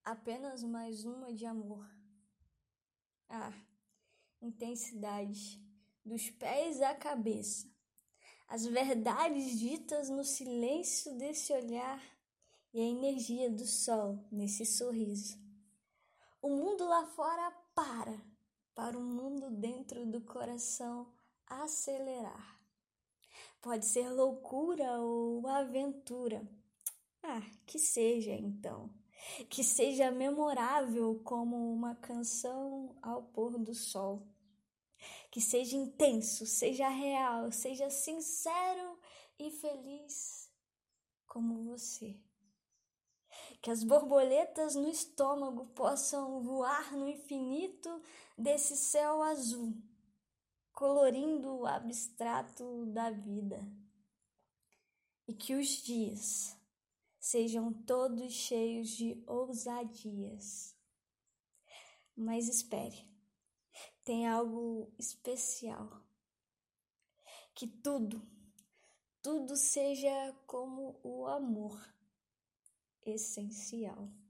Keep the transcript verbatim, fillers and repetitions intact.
apenas mais uma de amor. Ah, intensidade, dos pés à cabeça, as verdades ditas no silêncio desse olhar e a energia do sol nesse sorriso. O mundo lá fora para, para o mundo dentro do coração acelerar. Pode ser loucura ou aventura. Ah, que seja então. Que seja memorável como uma canção ao pôr do sol. Que seja intenso, seja real, seja sincero e feliz como você. Que as borboletas no estômago possam voar no infinito desse céu azul, colorindo o abstrato da vida. E que os dias sejam todos cheios de ousadias. Mas espere, tem algo especial. Que tudo, tudo seja como o amor essencial.